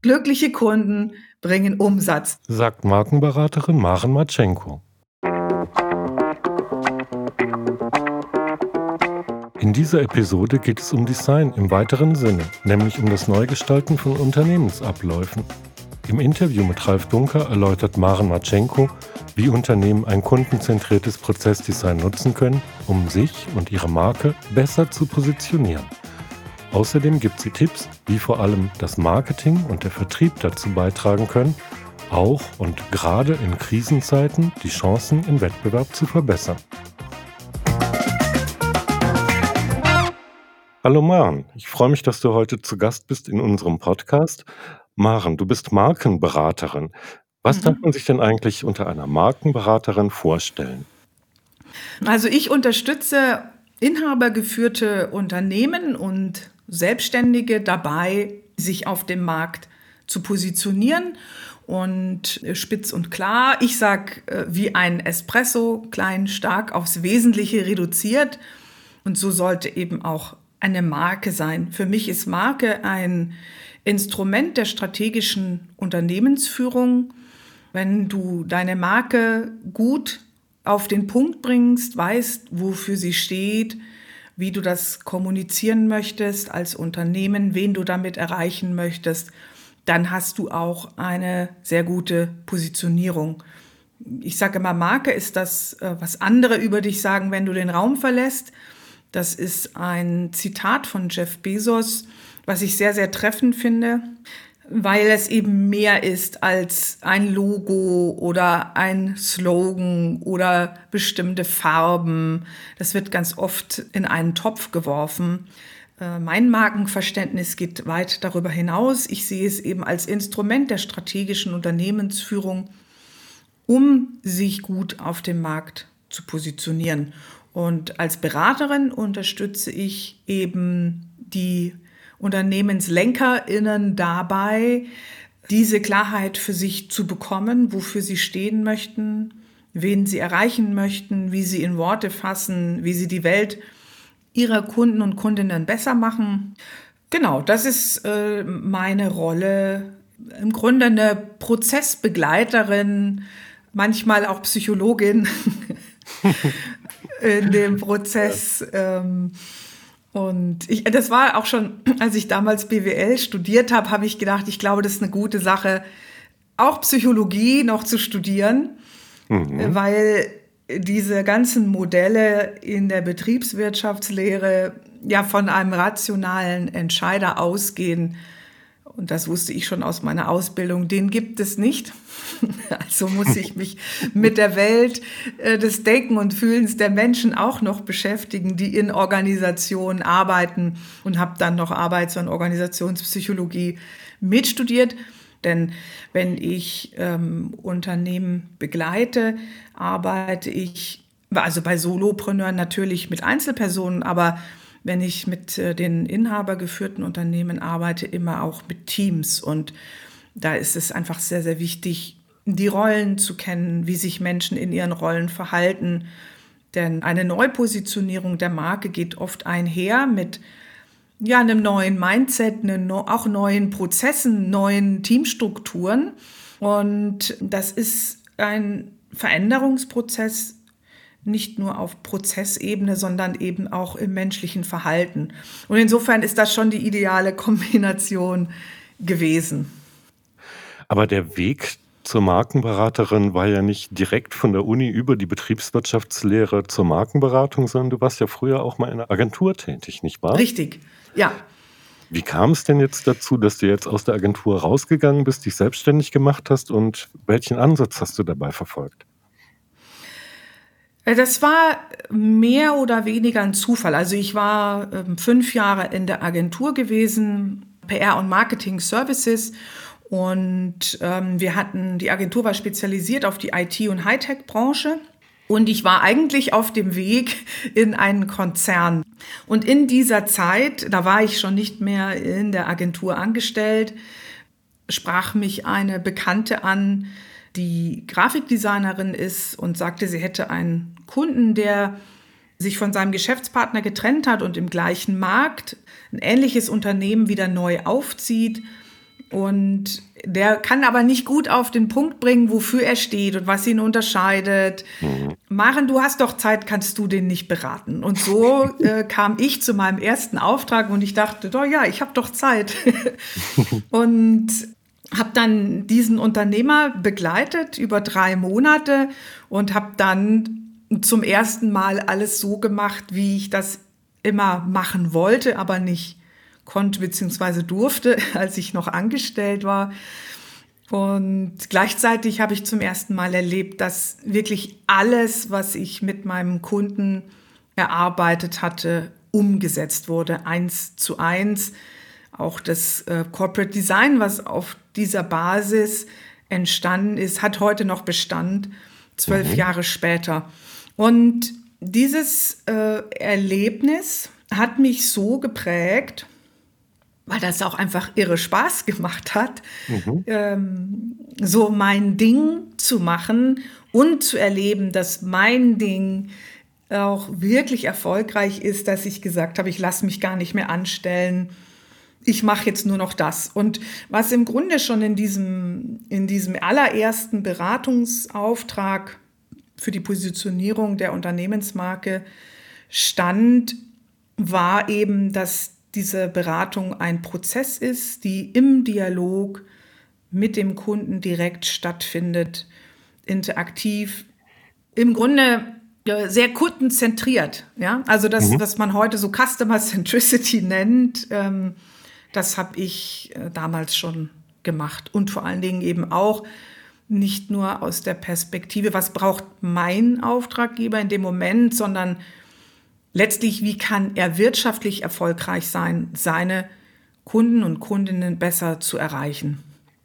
Glückliche Kunden bringen Umsatz, sagt Markenberaterin Maren Matschenko. In dieser Episode geht es um Design im weiteren Sinne, nämlich um das Neugestalten von Unternehmensabläufen. Im Interview mit Ralf Dunker erläutert Maren Matschenko, wie Unternehmen ein kundenzentriertes Prozessdesign nutzen können, um sich und ihre Marke besser zu positionieren. Außerdem gibt sie Tipps, wie vor allem das Marketing und der Vertrieb dazu beitragen können, auch und gerade in Krisenzeiten die Chancen im Wettbewerb zu verbessern. Hallo Maren, ich freue mich, dass du heute zu Gast bist in unserem Podcast. Maren, du bist Markenberaterin. Was darf man sich denn eigentlich unter einer Markenberaterin vorstellen? Also ich unterstütze inhabergeführte Unternehmen und Selbstständige dabei, sich auf dem Markt zu positionieren und spitz und klar. Ich sage wie ein Espresso, klein, stark, aufs Wesentliche reduziert. Und so sollte eben auch eine Marke sein. Für mich ist Marke ein Instrument der strategischen Unternehmensführung. Wenn du deine Marke gut auf den Punkt bringst, weißt, wofür sie steht, wie du das kommunizieren möchtest als Unternehmen, wen du damit erreichen möchtest, dann hast du auch eine sehr gute Positionierung. Ich sage immer, Marke ist das, was andere über dich sagen, wenn du den Raum verlässt. Das ist ein Zitat von Jeff Bezos, was ich sehr, sehr treffend finde, weil es eben mehr ist als ein Logo oder ein Slogan oder bestimmte Farben. Das wird ganz oft in einen Topf geworfen. Mein Markenverständnis geht weit darüber hinaus. Ich sehe es eben als Instrument der strategischen Unternehmensführung, um sich gut auf dem Markt zu positionieren. Und als Beraterin unterstütze ich eben die UnternehmenslenkerInnen dabei, diese Klarheit für sich zu bekommen, wofür sie stehen möchten, wen sie erreichen möchten, wie sie in Worte fassen, wie sie die Welt ihrer Kunden und Kundinnen besser machen. Genau, das ist meine Rolle. Im Grunde eine Prozessbegleiterin, manchmal auch Psychologin in dem Prozess. Und das war auch schon, als ich damals BWL studiert habe, habe ich gedacht, ich glaube, das ist eine gute Sache, auch Psychologie noch zu studieren, weil diese ganzen Modelle in der Betriebswirtschaftslehre ja von einem rationalen Entscheider ausgehen. Und das wusste ich schon aus meiner Ausbildung, den gibt es nicht. Also muss ich mich mit der Welt des Denken und Fühlens der Menschen auch noch beschäftigen, die in Organisationen arbeiten, und habe dann noch Arbeits- und Organisationspsychologie mitstudiert. Denn wenn ich Unternehmen begleite, arbeite ich, also bei Solopreneuren natürlich mit Einzelpersonen, aber wenn ich mit den inhabergeführten Unternehmen arbeite, immer auch mit Teams. Und da ist es einfach sehr, sehr wichtig, die Rollen zu kennen, wie sich Menschen in ihren Rollen verhalten. Denn eine Neupositionierung der Marke geht oft einher mit einem neuen Mindset, auch neuen Prozessen, neuen Teamstrukturen. Und das ist ein Veränderungsprozess, nicht nur auf Prozessebene, sondern eben auch im menschlichen Verhalten. Und insofern ist das schon die ideale Kombination gewesen. Aber der Weg zur Markenberaterin war ja nicht direkt von der Uni über die Betriebswirtschaftslehre zur Markenberatung, sondern du warst ja früher auch mal in einer Agentur tätig, nicht wahr? Richtig, ja. Wie kam es denn jetzt dazu, dass du jetzt aus der Agentur rausgegangen bist, dich selbstständig gemacht hast, und welchen Ansatz hast du dabei verfolgt? Das war mehr oder weniger ein Zufall. Also ich war 5 Jahre in der Agentur gewesen, PR und Marketing Services. Und die Agentur war spezialisiert auf die IT- und Hightech-Branche. Und ich war eigentlich auf dem Weg in einen Konzern. Und in dieser Zeit, da war ich schon nicht mehr in der Agentur angestellt, sprach mich eine Bekannte an, die Grafikdesignerin ist, und sagte, sie hätte einen Kunden, der sich von seinem Geschäftspartner getrennt hat und im gleichen Markt ein ähnliches Unternehmen wieder neu aufzieht. Und der kann aber nicht gut auf den Punkt bringen, wofür er steht und was ihn unterscheidet. Maren, du hast doch Zeit, kannst du den nicht beraten? Und so kam ich zu meinem ersten Auftrag und ich dachte, doch ja, ich habe doch Zeit. Und habe dann diesen Unternehmer begleitet über 3 Monate und habe dann zum ersten Mal alles so gemacht, wie ich das immer machen wollte, aber nicht konnte bzw. durfte, als ich noch angestellt war. Und gleichzeitig habe ich zum ersten Mal erlebt, dass wirklich alles, was ich mit meinem Kunden erarbeitet hatte, umgesetzt wurde, 1:1. Auch das Corporate Design, was auf dieser Basis entstanden ist, hat heute noch Bestand, 12 Jahre später. Und dieses Erlebnis hat mich so geprägt, weil das auch einfach irre Spaß gemacht hat, so mein Ding zu machen und zu erleben, dass mein Ding auch wirklich erfolgreich ist, dass ich gesagt habe, ich lasse mich gar nicht mehr anstellen, ich mache jetzt nur noch das. Und was im Grunde schon in diesem allerersten Beratungsauftrag für die Positionierung der Unternehmensmarke stand, war eben, dass diese Beratung ein Prozess ist, die im Dialog mit dem Kunden direkt stattfindet, interaktiv, im Grunde sehr kundenzentriert. Ja? Also das, was man heute so Customer Centricity nennt, das habe ich damals schon gemacht. Und vor allen Dingen eben auch nicht nur aus der Perspektive, was braucht mein Auftraggeber in dem Moment, sondern letztlich, wie kann er wirtschaftlich erfolgreich sein, seine Kunden und Kundinnen besser zu erreichen.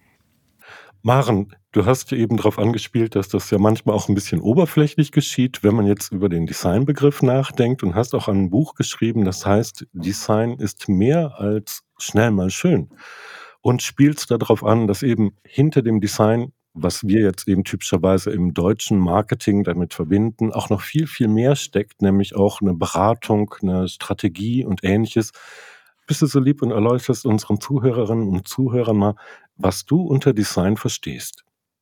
Maren, du hast ja eben darauf angespielt, dass das ja manchmal auch ein bisschen oberflächlich geschieht, wenn man jetzt über den Designbegriff nachdenkt, und hast auch ein Buch geschrieben, das heißt, Design ist mehr als schnell mal schön, und spielst darauf an, dass eben hinter dem Design, was wir jetzt eben typischerweise im deutschen Marketing damit verbinden, auch noch viel, viel mehr steckt, nämlich auch eine Beratung, eine Strategie und Ähnliches. Bist du so lieb und erläuterst unseren Zuhörerinnen und Zuhörern mal, was du unter Design verstehst?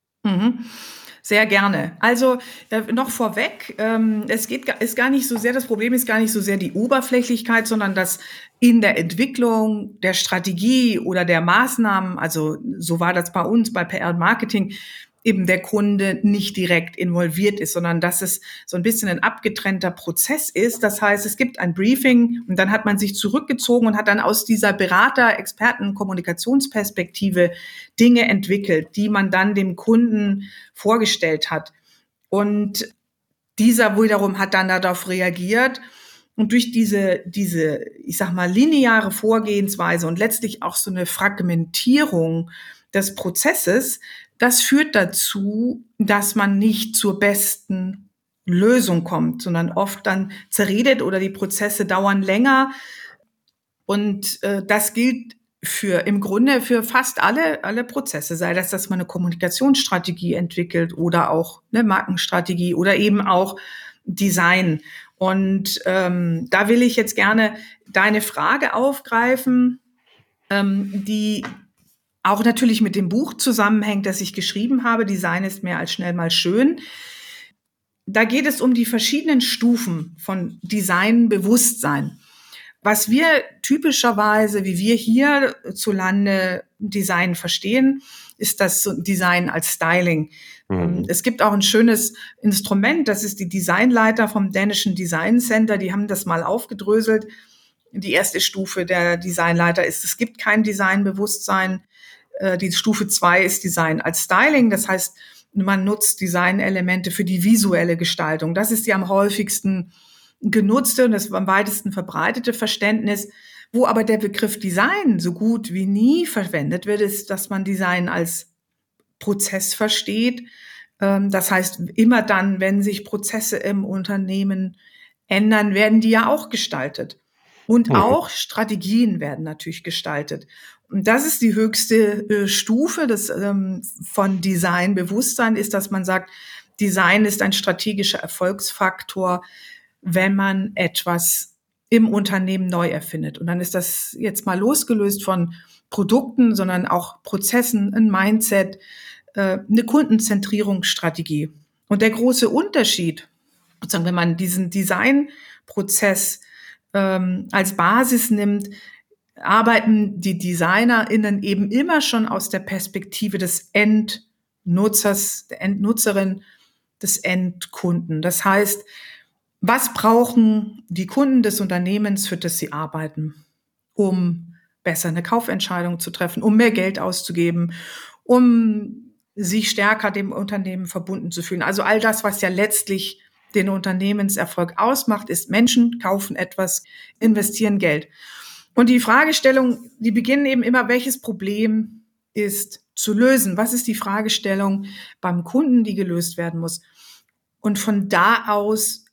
Sehr gerne. Also noch vorweg, ist gar nicht so sehr, das Problem ist gar nicht so sehr die Oberflächlichkeit, sondern dass in der Entwicklung der Strategie oder der Maßnahmen, also so war das bei uns bei PR und Marketing, eben der Kunde nicht direkt involviert ist, sondern dass es so ein bisschen ein abgetrennter Prozess ist. Das heißt, es gibt ein Briefing und dann hat man sich zurückgezogen und hat dann aus dieser Berater-, Experten-, Kommunikationsperspektive Dinge entwickelt, die man dann dem Kunden vorgestellt hat. Und dieser wiederum hat dann darauf reagiert. Und durch diese, ich sag mal, lineare Vorgehensweise und letztlich auch so eine Fragmentierung des Prozesses, das führt dazu, dass man nicht zur besten Lösung kommt, sondern oft dann zerredet oder die Prozesse dauern länger. Und das gilt im Grunde für fast alle Prozesse, sei das, dass man eine Kommunikationsstrategie entwickelt oder auch eine Markenstrategie oder eben auch Design. Und da will ich jetzt gerne deine Frage aufgreifen, die auch natürlich mit dem Buch zusammenhängt, das ich geschrieben habe. Design ist mehr als schnell mal schön. Da geht es um die verschiedenen Stufen von Designbewusstsein. Was wir typischerweise, wie wir hierzulande Design verstehen, ist das Design als Styling. Es gibt auch ein schönes Instrument, das ist die Designleiter vom dänischen Design Center. Die haben das mal aufgedröselt. Die erste Stufe der Designleiter ist, es gibt kein Designbewusstsein. Die Stufe 2 ist Design als Styling. Das heißt, man nutzt Designelemente für die visuelle Gestaltung. Das ist die am häufigsten genutzte und das am weitesten verbreitete Verständnis. Wo aber der Begriff Design so gut wie nie verwendet wird, ist, dass man Design als Prozess versteht. Das heißt, immer dann, wenn sich Prozesse im Unternehmen ändern, werden die ja auch gestaltet. Und auch Strategien werden natürlich gestaltet. Und das ist die höchste Stufe von Designbewusstsein, ist, dass man sagt, Design ist ein strategischer Erfolgsfaktor, wenn man etwas im Unternehmen neu erfindet. Und dann ist das jetzt mal losgelöst von Produkten, sondern auch Prozessen, ein Mindset, eine Kundenzentrierungsstrategie. Und der große Unterschied, sozusagen, wenn man diesen Designprozess als Basis nimmt, arbeiten die DesignerInnen eben immer schon aus der Perspektive des Endnutzers, der Endnutzerin, des Endkunden. Das heißt, was brauchen die Kunden des Unternehmens, für das sie arbeiten, um besser eine Kaufentscheidung zu treffen, um mehr Geld auszugeben, um sich stärker dem Unternehmen verbunden zu fühlen. Also all das, was ja letztlich den Unternehmenserfolg ausmacht, ist: Menschen kaufen etwas, investieren Geld. Und die Fragestellung, die beginnen eben immer: Welches Problem ist zu lösen? Was ist die Fragestellung beim Kunden, die gelöst werden muss? Und von da aus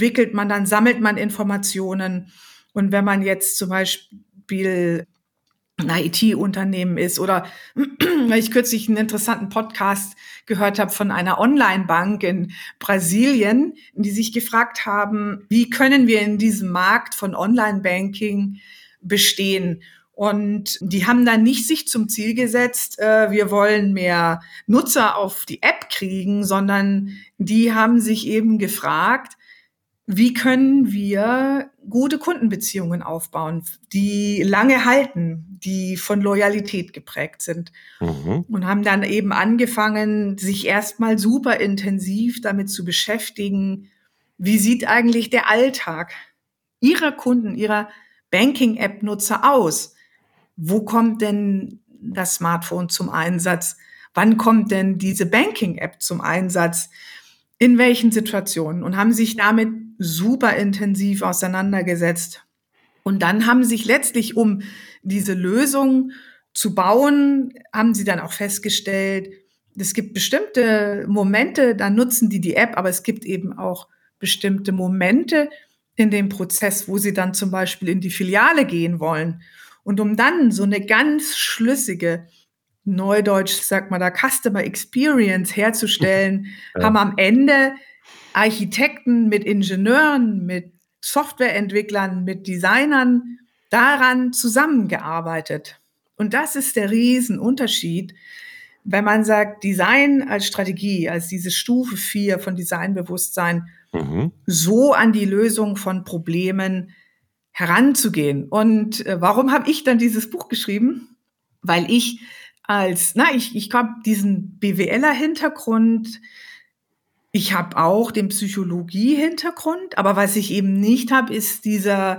sammelt man Informationen. Und wenn man jetzt zum Beispiel ein IT-Unternehmen ist oder weil ich kürzlich einen interessanten Podcast gehört habe von einer Online-Bank in Brasilien, die sich gefragt haben, wie können wir in diesem Markt von Online-Banking bestehen? Und die haben dann nicht sich zum Ziel gesetzt, wir wollen mehr Nutzer auf die App kriegen, sondern die haben sich eben gefragt, wie können wir gute Kundenbeziehungen aufbauen, die lange halten, die von Loyalität geprägt sind. Und haben dann eben angefangen, sich erstmal super intensiv damit zu beschäftigen, wie sieht eigentlich der Alltag ihrer Kunden, ihrer Banking-App-Nutzer aus? Wo kommt denn das Smartphone zum Einsatz? Wann kommt denn diese Banking-App zum Einsatz? In welchen Situationen? Und haben sich damit super intensiv auseinandergesetzt. Und dann haben sich letztlich, um diese Lösung zu bauen, haben sie dann auch festgestellt, es gibt bestimmte Momente, da nutzen die App, aber es gibt eben auch bestimmte Momente in dem Prozess, wo sie dann zum Beispiel in die Filiale gehen wollen. Und um dann so eine ganz schlüssige, Neudeutsch sagt man da, Customer Experience herzustellen, haben am Ende Architekten mit Ingenieuren, mit Softwareentwicklern, mit Designern daran zusammengearbeitet. Und das ist der Riesenunterschied, wenn man sagt, Design als Strategie, als diese Stufe 4 von Designbewusstsein, so an die Lösung von Problemen heranzugehen. Und warum habe ich dann dieses Buch geschrieben? Weil ich ich habe diesen BWLer-Hintergrund, ich habe auch den Psychologie-Hintergrund, aber was ich eben nicht habe, ist dieser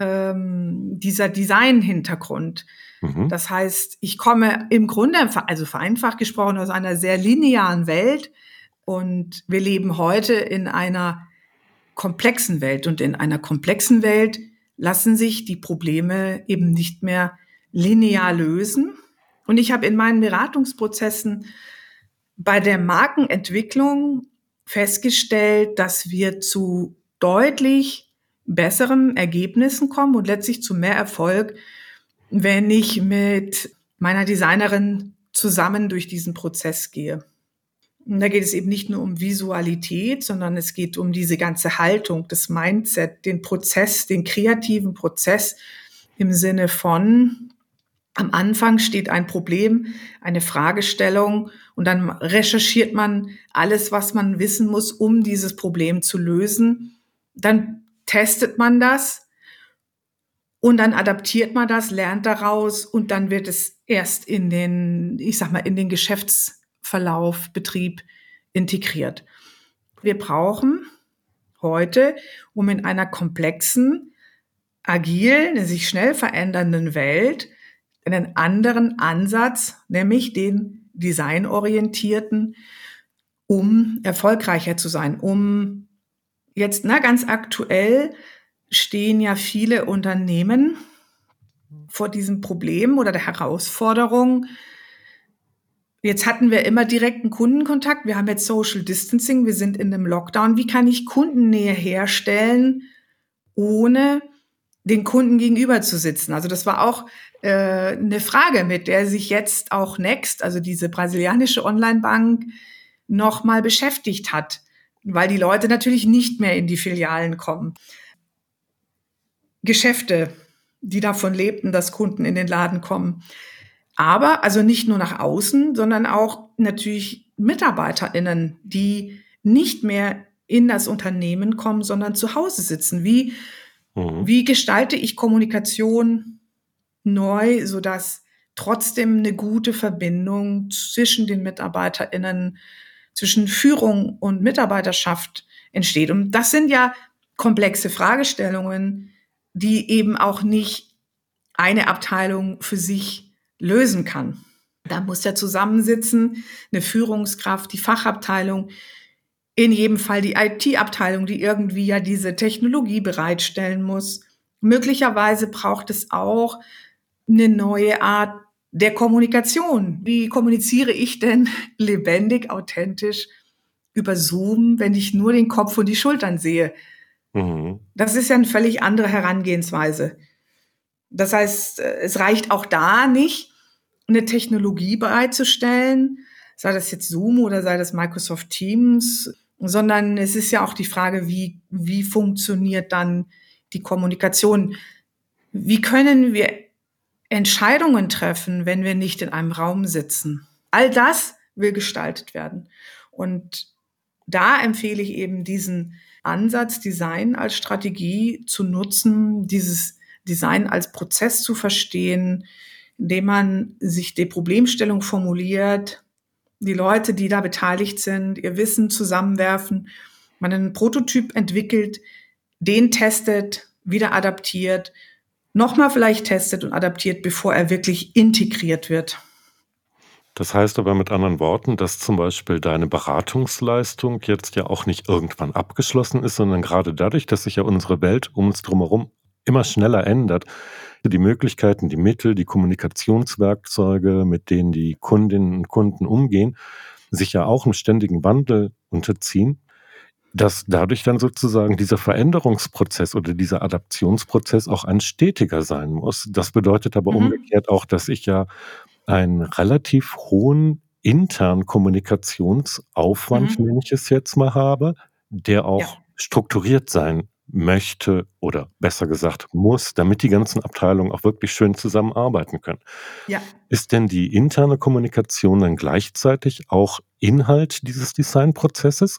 Design-Hintergrund. Das heißt, ich komme im Grunde, also vereinfacht gesprochen, aus einer sehr linearen Welt, und wir leben heute in einer komplexen Welt. Und in einer komplexen Welt lassen sich die Probleme eben nicht mehr linear lösen. Und ich habe in meinen Beratungsprozessen bei der Markenentwicklung festgestellt, dass wir zu deutlich besseren Ergebnissen kommen und letztlich zu mehr Erfolg, wenn ich mit meiner Designerin zusammen durch diesen Prozess gehe. Und da geht es eben nicht nur um Visualität, sondern es geht um diese ganze Haltung, das Mindset, den Prozess, den kreativen Prozess im Sinne von: Am Anfang steht ein Problem, eine Fragestellung, und dann recherchiert man alles, was man wissen muss, um dieses Problem zu lösen. Dann testet man das und dann adaptiert man das, lernt daraus, und dann wird es erst in den Geschäftsverlauf, Betrieb integriert. Wir brauchen heute, um in einer komplexen, agilen, sich schnell verändernden Welt einen anderen Ansatz, nämlich den designorientierten, um erfolgreicher zu sein. Um jetzt, ganz aktuell stehen ja viele Unternehmen vor diesem Problem oder der Herausforderung. Jetzt hatten wir immer direkten Kundenkontakt. Wir haben jetzt Social Distancing. Wir sind in einem Lockdown. Wie kann ich Kundennähe herstellen, ohne den Kunden gegenüber zu sitzen? Also das war auch eine Frage, mit der sich jetzt auch Next, also diese brasilianische Online-Bank, nochmal beschäftigt hat, weil die Leute natürlich nicht mehr in die Filialen kommen. Geschäfte, die davon lebten, dass Kunden in den Laden kommen. Aber also nicht nur nach außen, sondern auch natürlich MitarbeiterInnen, die nicht mehr in das Unternehmen kommen, sondern zu Hause sitzen. Wie gestalte ich Kommunikation neu, sodass trotzdem eine gute Verbindung zwischen den MitarbeiterInnen, zwischen Führung und Mitarbeiterschaft entsteht? Und das sind ja komplexe Fragestellungen, die eben auch nicht eine Abteilung für sich lösen kann. Da muss ja zusammensitzen eine Führungskraft, die Fachabteilung, in jedem Fall die IT-Abteilung, die irgendwie ja diese Technologie bereitstellen muss. Möglicherweise braucht es auch eine neue Art der Kommunikation. Wie kommuniziere ich denn lebendig, authentisch über Zoom, wenn ich nur den Kopf und die Schultern sehe? Das ist ja eine völlig andere Herangehensweise. Das heißt, es reicht auch da nicht, eine Technologie bereitzustellen, sei das jetzt Zoom oder sei das Microsoft Teams, sondern es ist ja auch die Frage, wie funktioniert dann die Kommunikation? Wie können wir Entscheidungen treffen, wenn wir nicht in einem Raum sitzen? All das will gestaltet werden. Und da empfehle ich eben diesen Ansatz, Design als Strategie zu nutzen, dieses Design als Prozess zu verstehen, indem man sich die Problemstellung formuliert, die Leute, die da beteiligt sind, ihr Wissen zusammenwerfen, man einen Prototyp entwickelt, den testet, wieder adaptiert, nochmal vielleicht testet und adaptiert, bevor er wirklich integriert wird. Das heißt aber mit anderen Worten, dass zum Beispiel deine Beratungsleistung jetzt ja auch nicht irgendwann abgeschlossen ist, sondern gerade dadurch, dass sich ja unsere Welt um uns drumherum immer schneller ändert, die Möglichkeiten, die Mittel, die Kommunikationswerkzeuge, mit denen die Kundinnen und Kunden umgehen, sich ja auch einem ständigen Wandel unterziehen, dass dadurch dann sozusagen dieser Veränderungsprozess oder dieser Adaptionsprozess auch ein stetiger sein muss. Das bedeutet aber umgekehrt auch, dass ich ja einen relativ hohen internen Kommunikationsaufwand, nenne ich es jetzt mal, habe, der auch strukturiert sein möchte oder besser gesagt muss, damit die ganzen Abteilungen auch wirklich schön zusammenarbeiten können. Ja. Ist denn die interne Kommunikation dann gleichzeitig auch Inhalt dieses Designprozesses?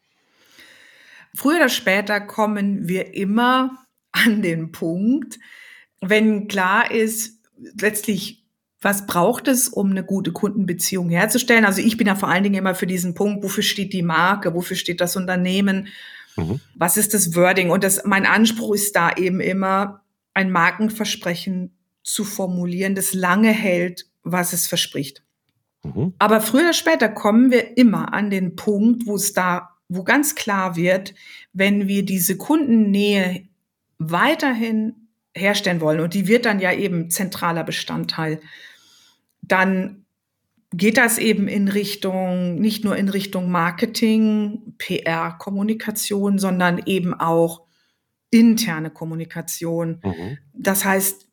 Früher oder später kommen wir immer an den Punkt, wenn klar ist, letztlich, was braucht es, um eine gute Kundenbeziehung herzustellen? Also ich bin ja vor allen Dingen immer für diesen Punkt, wofür steht die Marke, wofür steht das Unternehmen, was ist das Wording? Und mein Anspruch ist da eben immer, ein Markenversprechen zu formulieren, das lange hält, was es verspricht. Aber früher oder später kommen wir immer an den Punkt, wo ganz klar wird, wenn wir diese Kundennähe weiterhin herstellen wollen, und die wird dann ja eben zentraler Bestandteil, dann geht das eben nicht nur in Richtung Marketing, PR-Kommunikation, sondern eben auch interne Kommunikation. Das heißt,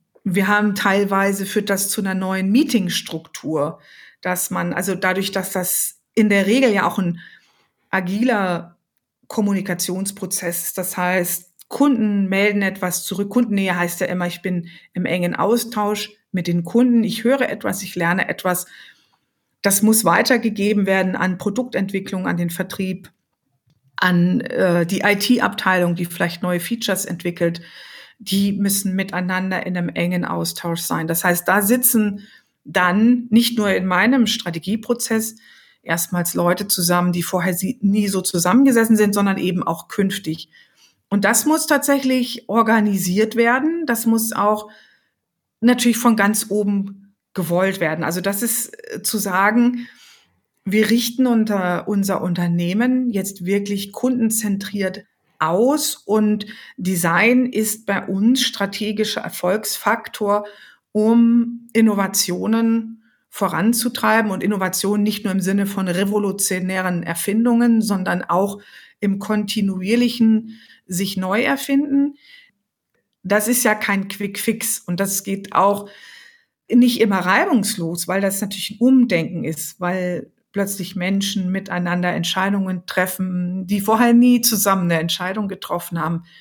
führt das zu einer neuen Meetingstruktur, dass man, also dadurch, dass das in der Regel ja auch ein agiler Kommunikationsprozess ist, das heißt, Kunden melden etwas zurück. Kundennähe heißt ja immer, ich bin im engen Austausch mit den Kunden, ich höre etwas, ich lerne etwas. Das muss weitergegeben werden an Produktentwicklung, an den Vertrieb, an die IT-Abteilung, die vielleicht neue Features entwickelt. Die müssen miteinander in einem engen Austausch sein. Das heißt, da sitzen dann nicht nur in meinem Strategieprozess erstmals Leute zusammen, die vorher nie so zusammengesessen sind, sondern eben auch künftig. Und das muss tatsächlich organisiert werden. Das muss auch natürlich von ganz oben gewollt werden. Also das ist zu sagen, wir richten unser Unternehmen jetzt wirklich kundenzentriert aus, und Design ist bei uns strategischer Erfolgsfaktor, um Innovationen voranzutreiben, und Innovation nicht nur im Sinne von revolutionären Erfindungen, sondern auch im kontinuierlichen sich neu erfinden. Das ist ja kein Quick Fix, und das geht auch nicht immer reibungslos, weil das natürlich ein Umdenken ist, weil plötzlich Menschen miteinander Entscheidungen treffen, die vorher nie zusammen eine Entscheidung getroffen haben.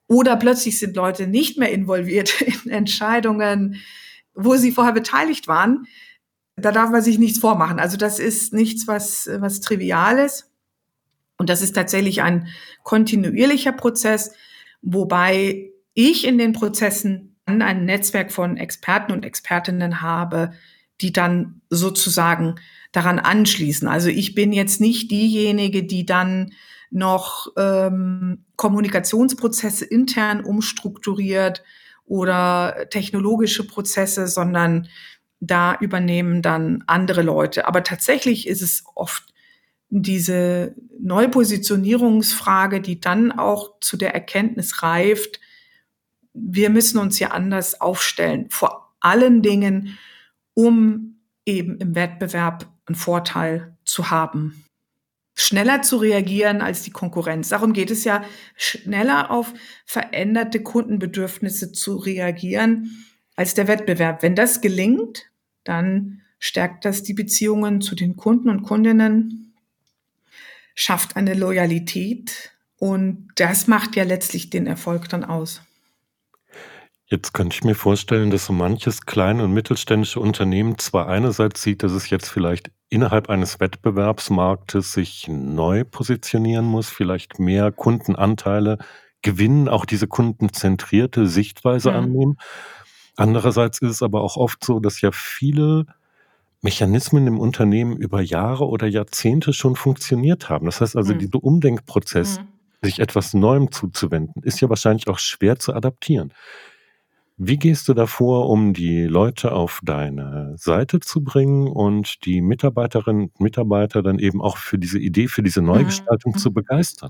Oder plötzlich sind Leute nicht mehr involviert in Entscheidungen, wo sie vorher beteiligt waren. Da darf man sich nichts vormachen. Also das ist nichts, was Triviales. Und das ist tatsächlich ein kontinuierlicher Prozess, wobei ich in den Prozessen ein Netzwerk von Experten und Expertinnen habe, die dann sozusagen daran anschließen. Also ich bin jetzt nicht diejenige, die dann noch Kommunikationsprozesse intern umstrukturiert oder technologische Prozesse, sondern da übernehmen dann andere Leute. Aber tatsächlich ist es oft diese Neupositionierungsfrage, die dann auch zu der Erkenntnis reift, wir müssen uns ja anders aufstellen, vor allen Dingen, um eben im Wettbewerb einen Vorteil zu haben. Schneller zu reagieren als die Konkurrenz. Darum geht es ja, schneller auf veränderte Kundenbedürfnisse zu reagieren als der Wettbewerb. Wenn das gelingt, dann stärkt das die Beziehungen zu den Kunden und Kundinnen, schafft eine Loyalität und das macht ja letztlich den Erfolg dann aus. Jetzt könnte ich mir vorstellen, dass so manches kleine und mittelständische Unternehmen zwar einerseits sieht, dass es jetzt vielleicht innerhalb eines Wettbewerbsmarktes sich neu positionieren muss, vielleicht mehr Kundenanteile gewinnen, auch diese kundenzentrierte Sichtweise annehmen. Andererseits ist es aber auch oft so, dass ja viele Mechanismen im Unternehmen über Jahre oder Jahrzehnte schon funktioniert haben. Das heißt also, dieser Umdenkprozess, sich etwas Neuem zuzuwenden, ist ja wahrscheinlich auch schwer zu adaptieren. Wie gehst du da vor, um die Leute auf deine Seite zu bringen und die Mitarbeiterinnen und Mitarbeiter dann eben auch für diese Idee, für diese Neugestaltung zu begeistern?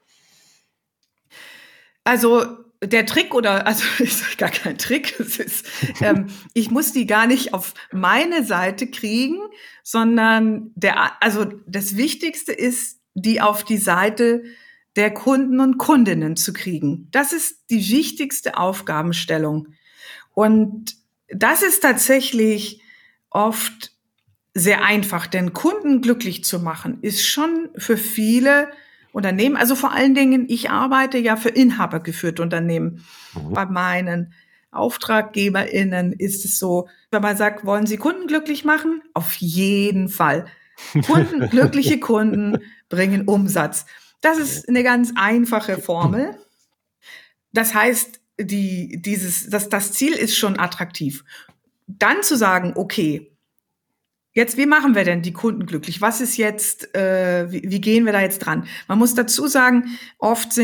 Also der Trick also ist gar kein Trick, es ist, ich muss die gar nicht auf meine Seite kriegen, sondern das Wichtigste ist, die auf die Seite der Kunden und Kundinnen zu kriegen. Das ist die wichtigste Aufgabenstellung. Und das ist tatsächlich oft sehr einfach, denn Kunden glücklich zu machen, ist schon für viele Unternehmen, also vor allen Dingen, ich arbeite ja für inhabergeführte Unternehmen. Bei meinen AuftraggeberInnen ist es so, wenn man sagt, wollen Sie Kunden glücklich machen? Auf jeden Fall. Glückliche Kunden bringen Umsatz. Das ist eine ganz einfache Formel. Das heißt, das Ziel ist schon attraktiv. Dann zu sagen, okay, jetzt, wie machen wir denn die Kunden glücklich? Was ist jetzt, wie gehen wir da jetzt dran? Man muss dazu sagen, oft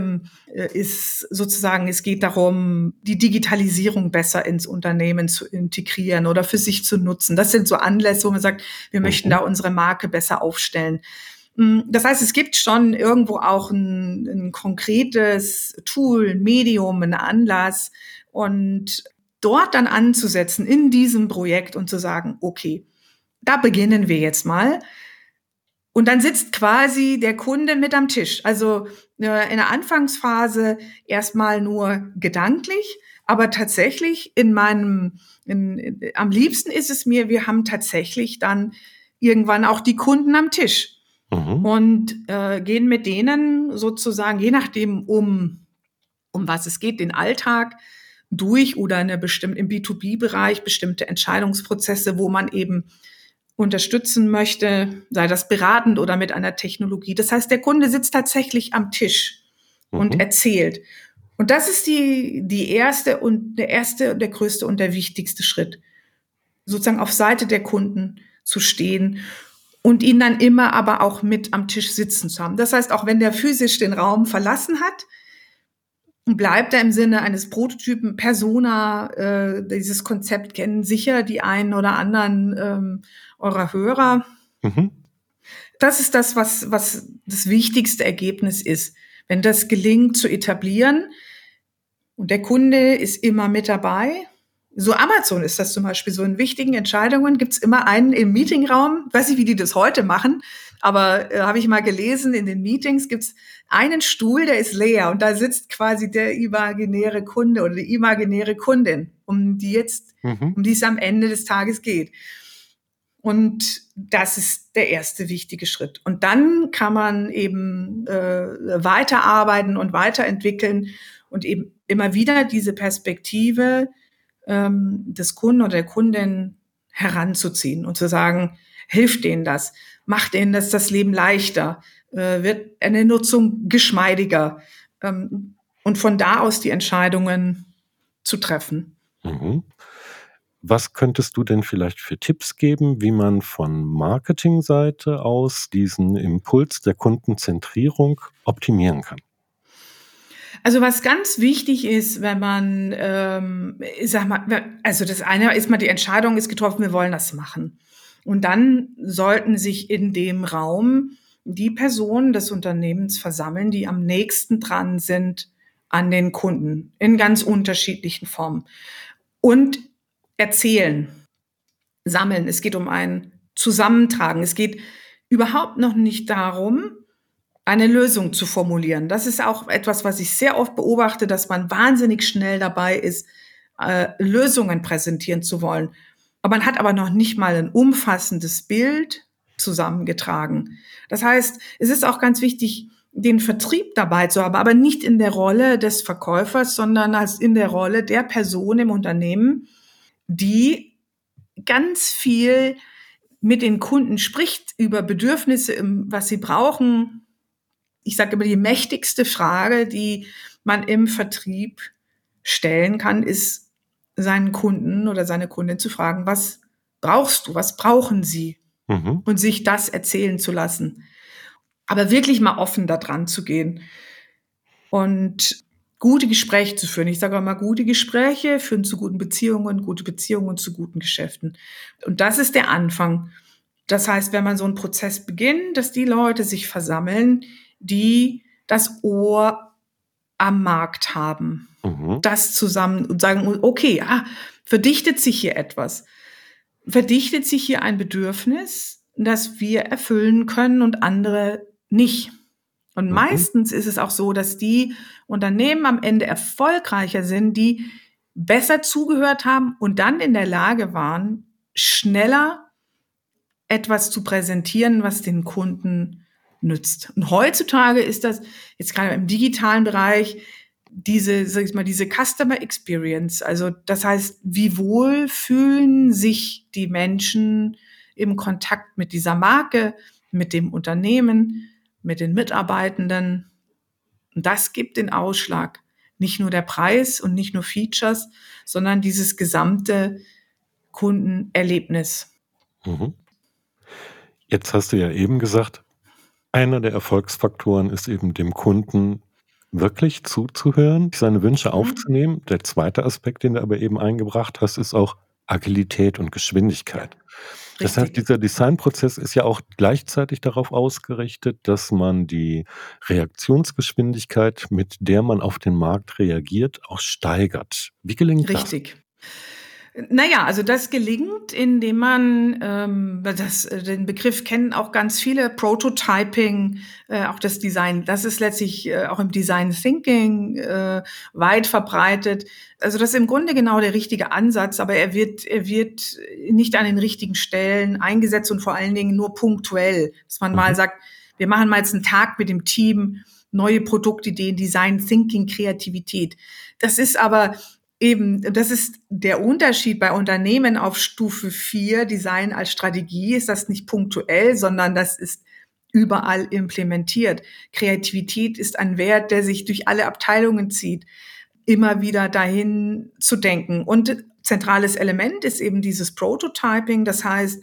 ist sozusagen, es geht darum, die Digitalisierung besser ins Unternehmen zu integrieren oder für sich zu nutzen. Das sind so Anlässe, wo man sagt, wir möchten da unsere Marke besser aufstellen. Das heißt, es gibt schon irgendwo auch ein konkretes Tool, ein Medium, einen Anlass und dort dann anzusetzen in diesem Projekt und zu sagen, okay, da beginnen wir jetzt mal. Und dann sitzt quasi der Kunde mit am Tisch. Also in der Anfangsphase erstmal nur gedanklich, aber tatsächlich am liebsten ist es mir, wir haben tatsächlich dann irgendwann auch die Kunden am Tisch. Und gehen mit denen sozusagen, je nachdem, um was es geht, den Alltag durch oder im B2B-Bereich bestimmte Entscheidungsprozesse, wo man eben unterstützen möchte, sei das beratend oder mit einer Technologie. Das heißt, der Kunde sitzt tatsächlich am Tisch und erzählt. Und das ist der erste und der größte und der wichtigste Schritt, sozusagen auf Seite der Kunden zu stehen und ihn dann immer aber auch mit am Tisch sitzen zu haben. Das heißt, auch wenn der physisch den Raum verlassen hat, bleibt er im Sinne eines Prototypen Persona. Dieses Konzept kennen sicher die einen oder anderen eurer Hörer. Das ist das, was das wichtigste Ergebnis ist. Wenn das gelingt zu etablieren und der Kunde ist immer mit dabei. So Amazon ist das zum Beispiel, so in wichtigen Entscheidungen gibt's immer einen im Meetingraum. Ich weiß nicht, wie die das heute machen, aber habe ich mal gelesen, in den Meetings gibt's einen Stuhl, der ist leer und da sitzt quasi der imaginäre Kunde oder die imaginäre Kundin, um die es am Ende des Tages geht. Und das ist der erste wichtige Schritt. Und dann kann man eben weiterarbeiten und weiterentwickeln. und eben immer wieder diese Perspektive des Kunden oder der Kundin heranzuziehen und zu sagen, hilft denen das, macht denen das Leben leichter, wird eine Nutzung geschmeidiger und von da aus die Entscheidungen zu treffen. Mhm. Was könntest du denn vielleicht für Tipps geben, wie man von Marketingseite aus diesen Impuls der Kundenzentrierung optimieren kann? Also was ganz wichtig ist, wenn man, also das eine ist mal, die Entscheidung ist getroffen, wir wollen das machen. Und dann sollten sich in dem Raum die Personen des Unternehmens versammeln, die am nächsten dran sind an den Kunden in ganz unterschiedlichen Formen. Und erzählen, sammeln. Es geht um ein Zusammentragen. Es geht überhaupt noch nicht darum, eine Lösung zu formulieren. Das ist auch etwas, was ich sehr oft beobachte, dass man wahnsinnig schnell dabei ist, Lösungen präsentieren zu wollen. Man hat aber noch nicht mal ein umfassendes Bild zusammengetragen. Das heißt, es ist auch ganz wichtig, den Vertrieb dabei zu haben, aber nicht in der Rolle des Verkäufers, sondern als in der Rolle der Person im Unternehmen, die ganz viel mit den Kunden spricht über Bedürfnisse, was sie brauchen. Ich sage immer, die mächtigste Frage, die man im Vertrieb stellen kann, ist, seinen Kunden oder seine Kundin zu fragen, was brauchst du, was brauchen sie? Mhm. Und sich das erzählen zu lassen. Aber wirklich mal offen da dran zu gehen und gute Gespräche zu führen. Ich sage auch mal, gute Gespräche führen zu guten Beziehungen, gute Beziehungen zu guten Geschäften. Und das ist der Anfang. Das heißt, wenn man so einen Prozess beginnt, dass die Leute sich versammeln, die das Ohr am Markt haben. Das zusammen und sagen, okay, verdichtet sich hier etwas. Verdichtet sich hier ein Bedürfnis, das wir erfüllen können und andere nicht. Und meistens ist es auch so, dass die Unternehmen am Ende erfolgreicher sind, die besser zugehört haben und dann in der Lage waren, schneller etwas zu präsentieren, was den Kunden nützt. Und heutzutage ist das jetzt gerade im digitalen Bereich diese Customer Experience. Also das heißt, wie wohl fühlen sich die Menschen im Kontakt mit dieser Marke, mit dem Unternehmen, mit den Mitarbeitenden. Und das gibt den Ausschlag. Nicht nur der Preis und nicht nur Features, sondern dieses gesamte Kundenerlebnis. Jetzt hast du ja eben gesagt, einer der Erfolgsfaktoren ist eben dem Kunden wirklich zuzuhören, seine Wünsche aufzunehmen. Der zweite Aspekt, den du aber eben eingebracht hast, ist auch Agilität und Geschwindigkeit. Das heißt, Richtig. dieser Designprozess ist ja auch gleichzeitig darauf ausgerichtet, dass man die Reaktionsgeschwindigkeit, mit der man auf den Markt reagiert, auch steigert. Wie gelingt das? Richtig. Naja, also das gelingt, indem man, den Begriff kennen auch ganz viele, Prototyping, auch das Design. Das ist letztlich auch im Design Thinking weit verbreitet. Also das ist im Grunde genau der richtige Ansatz, aber er wird nicht an den richtigen Stellen eingesetzt und vor allen Dingen nur punktuell. Dass man mal sagt, wir machen mal jetzt einen Tag mit dem Team, neue Produktideen, Design Thinking, Kreativität. Das ist aber eben, das ist der Unterschied bei Unternehmen auf Stufe 4, Design als Strategie, ist das nicht punktuell, sondern das ist überall implementiert. Kreativität ist ein Wert, der sich durch alle Abteilungen zieht, immer wieder dahin zu denken. Und zentrales Element ist eben dieses Prototyping, das heißt,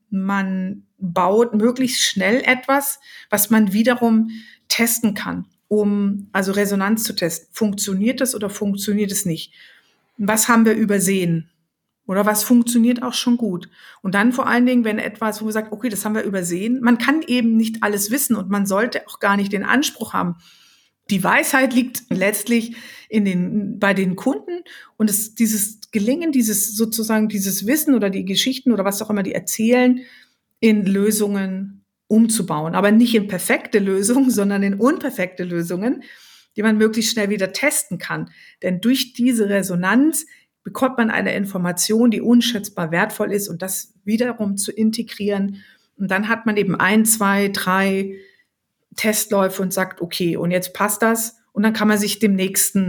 man baut möglichst schnell etwas, was man wiederum testen kann, um also Resonanz zu testen. Funktioniert das oder funktioniert es nicht? Was haben wir übersehen? Oder was funktioniert auch schon gut? Und dann vor allen Dingen, wenn etwas, wo man sagt, okay, das haben wir übersehen. Man kann eben nicht alles wissen und man sollte auch gar nicht den Anspruch haben. Die Weisheit liegt letztlich bei den Kunden und dieses Gelingen, dieses Wissen oder die Geschichten oder was auch immer die erzählen, in Lösungen umzubauen. Aber nicht in perfekte Lösungen, sondern in unperfekte Lösungen, die man möglichst schnell wieder testen kann. Denn durch diese Resonanz bekommt man eine Information, die unschätzbar wertvoll ist und das wiederum zu integrieren. Und dann hat man eben 1, 2, 3 Testläufe und sagt, okay, und jetzt passt das. Und dann kann man sich dem nächsten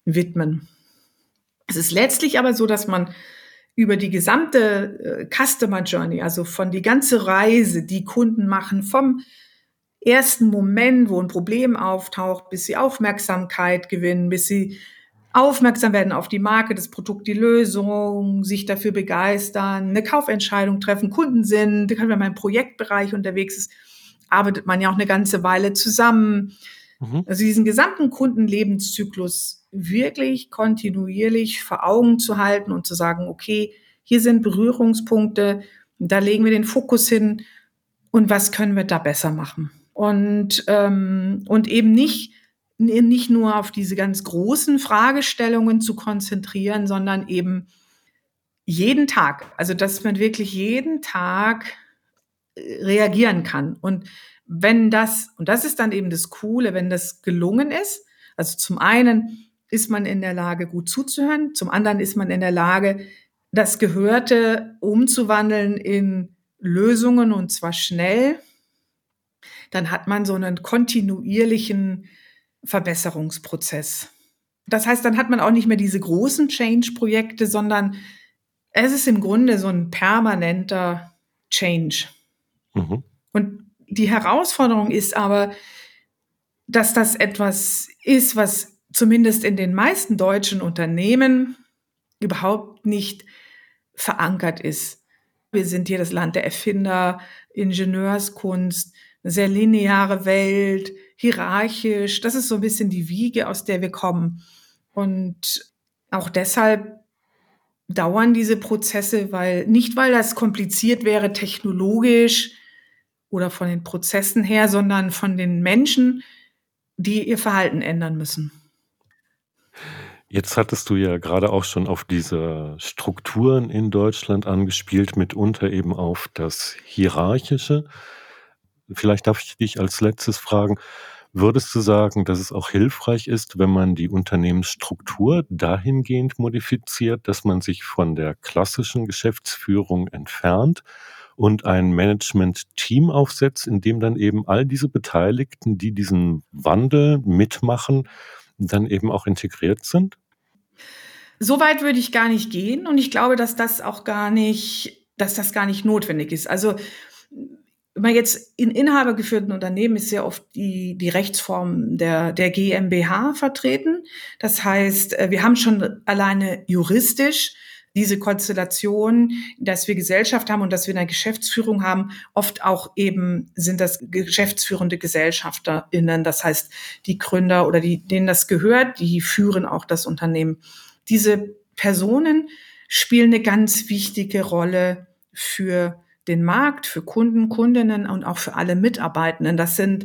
widmen. Es ist letztlich aber so, dass man über die gesamte Customer Journey, also von die ganze Reise, die Kunden machen, vom ersten Moment, wo ein Problem auftaucht, bis sie Aufmerksamkeit gewinnen, bis sie aufmerksam werden auf die Marke, das Produkt, die Lösung, sich dafür begeistern, eine Kaufentscheidung treffen, Kunden sind, wenn man im Projektbereich unterwegs ist, arbeitet man ja auch eine ganze Weile zusammen. Also diesen gesamten Kundenlebenszyklus wirklich kontinuierlich vor Augen zu halten und zu sagen, okay, hier sind Berührungspunkte, da legen wir den Fokus hin und was können wir da besser machen? Und eben nicht nur auf diese ganz großen Fragestellungen zu konzentrieren, sondern eben jeden Tag, also dass man wirklich jeden Tag reagieren kann. Und wenn das, und das ist dann eben das Coole, wenn das gelungen ist, also zum einen ist man in der Lage, gut zuzuhören, zum anderen ist man in der Lage, das Gehörte umzuwandeln in Lösungen und zwar schnell, dann hat man so einen kontinuierlichen Verbesserungsprozess. Das heißt, dann hat man auch nicht mehr diese großen Change-Projekte, sondern es ist im Grunde so ein permanenter Change. Und die Herausforderung ist aber, dass das etwas ist, was zumindest in den meisten deutschen Unternehmen überhaupt nicht verankert ist. Wir sind hier das Land der Erfinder, Ingenieurskunst, eine sehr lineare Welt, hierarchisch. Das ist so ein bisschen die Wiege, aus der wir kommen. Und auch deshalb dauern diese Prozesse, weil das kompliziert wäre technologisch oder von den Prozessen her, sondern von den Menschen, die ihr Verhalten ändern müssen. Jetzt hattest du ja gerade auch schon auf diese Strukturen in Deutschland angespielt, mitunter eben auf das Hierarchische. Vielleicht darf ich dich als Letztes fragen, würdest du sagen, dass es auch hilfreich ist, wenn man die Unternehmensstruktur dahingehend modifiziert, dass man sich von der klassischen Geschäftsführung entfernt und ein Management-Team aufsetzt, in dem dann eben all diese Beteiligten, die diesen Wandel mitmachen, dann eben auch integriert sind? So weit würde ich gar nicht gehen und ich glaube, dass das gar nicht notwendig ist. Also wenn man jetzt in inhabergeführten Unternehmen ist sehr oft die Rechtsform der GmbH vertreten. Das heißt, wir haben schon alleine juristisch diese Konstellation, dass wir Gesellschaft haben und dass wir eine Geschäftsführung haben. Oft auch eben sind das geschäftsführende GesellschafterInnen. Das heißt, die Gründer oder denen das gehört, die führen auch das Unternehmen. Diese Personen spielen eine ganz wichtige Rolle für den Markt, für Kunden, Kundinnen und auch für alle Mitarbeitenden. Das sind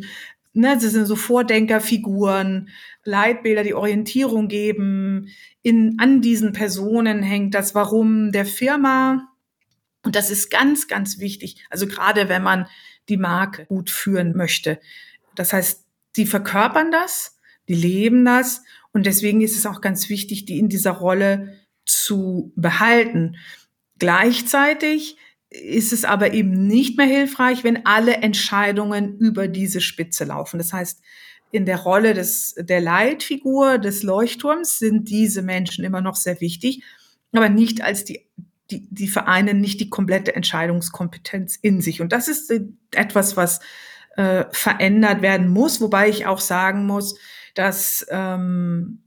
so Vordenkerfiguren, Leitbilder, die Orientierung geben. An diesen Personen hängt das Warum der Firma. Und das ist ganz, ganz wichtig. Also gerade wenn man die Marke gut führen möchte. Das heißt, die verkörpern das, die leben das. Und deswegen ist es auch ganz wichtig, die in dieser Rolle zu behalten. Gleichzeitig ist es aber eben nicht mehr hilfreich, wenn alle Entscheidungen über diese Spitze laufen. Das heißt, in der Rolle der Leitfigur, des Leuchtturms sind diese Menschen immer noch sehr wichtig, aber nicht als die vereinen nicht die komplette Entscheidungskompetenz in sich. Und das ist etwas, was verändert werden muss, wobei ich auch sagen muss, dass jetzt habe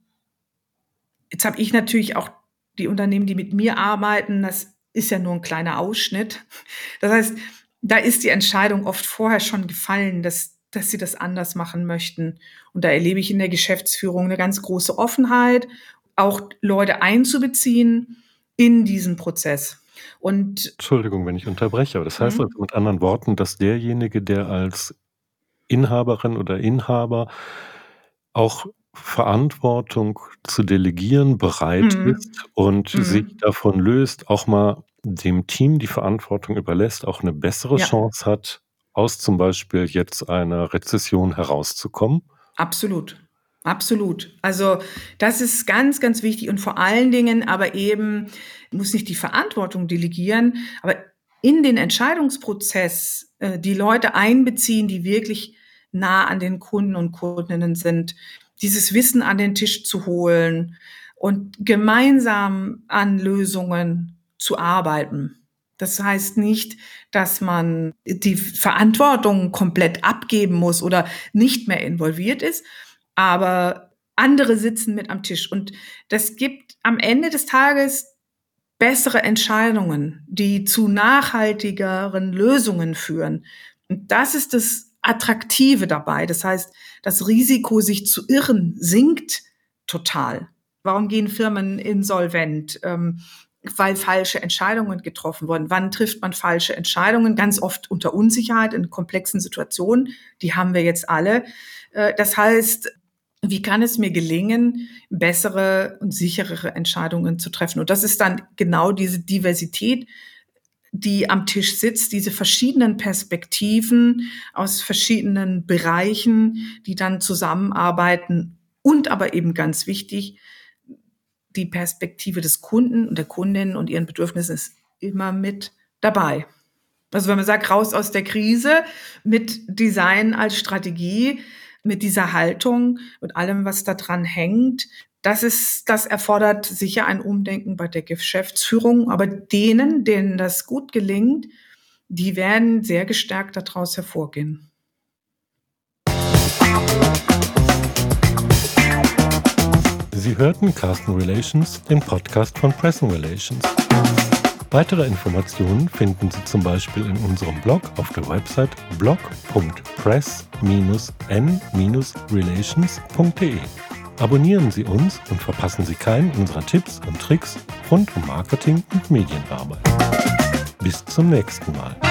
ich natürlich auch die Unternehmen, die mit mir arbeiten, das ist ja nur ein kleiner Ausschnitt. Das heißt, da ist die Entscheidung oft vorher schon gefallen, dass sie das anders machen möchten. Und da erlebe ich in der Geschäftsführung eine ganz große Offenheit, auch Leute einzubeziehen in diesen Prozess. Und Entschuldigung, wenn ich unterbreche, aber das heißt also mit anderen Worten, dass derjenige, der als Inhaberin oder Inhaber auch Verantwortung zu delegieren bereit ist und sich davon löst, auch mal dem Team die Verantwortung überlässt, auch eine bessere Chance hat, aus zum Beispiel jetzt einer Rezession herauszukommen? Absolut. Absolut. Also das ist ganz, ganz wichtig und vor allen Dingen aber eben muss nicht die Verantwortung delegieren, aber in den Entscheidungsprozess die Leute einbeziehen, die wirklich nah an den Kunden und Kundinnen sind. dieses Wissen an den Tisch zu holen und gemeinsam an Lösungen zu arbeiten. Das heißt nicht, dass man die Verantwortung komplett abgeben muss oder nicht mehr involviert ist, aber andere sitzen mit am Tisch. Und das gibt am Ende des Tages bessere Entscheidungen, die zu nachhaltigeren Lösungen führen. Und das ist das Attraktive dabei. Das heißt, das Risiko, sich zu irren, sinkt total. Warum gehen Firmen insolvent? Weil falsche Entscheidungen getroffen wurden. Wann trifft man falsche Entscheidungen? Ganz oft unter Unsicherheit in komplexen Situationen. Die haben wir jetzt alle. Das heißt, wie kann es mir gelingen, bessere und sicherere Entscheidungen zu treffen? Und das ist dann genau diese Diversität, die am Tisch sitzt, diese verschiedenen Perspektiven aus verschiedenen Bereichen, die dann zusammenarbeiten und aber eben ganz wichtig, die Perspektive des Kunden und der Kundin und ihren Bedürfnissen ist immer mit dabei. Also wenn man sagt, raus aus der Krise mit Design als Strategie, mit dieser Haltung, mit allem, was da dran hängt, das erfordert sicher ein Umdenken bei der Geschäftsführung. Aber denen das gut gelingt, die werden sehr gestärkt daraus hervorgehen. Sie hörten Carsten Relations, den Podcast von Press & Relations. Weitere Informationen finden Sie zum Beispiel in unserem Blog auf der Website blog.press-n-relations.de. Abonnieren Sie uns und verpassen Sie keinen unserer Tipps und Tricks rund um Marketing und Medienarbeit. Bis zum nächsten Mal.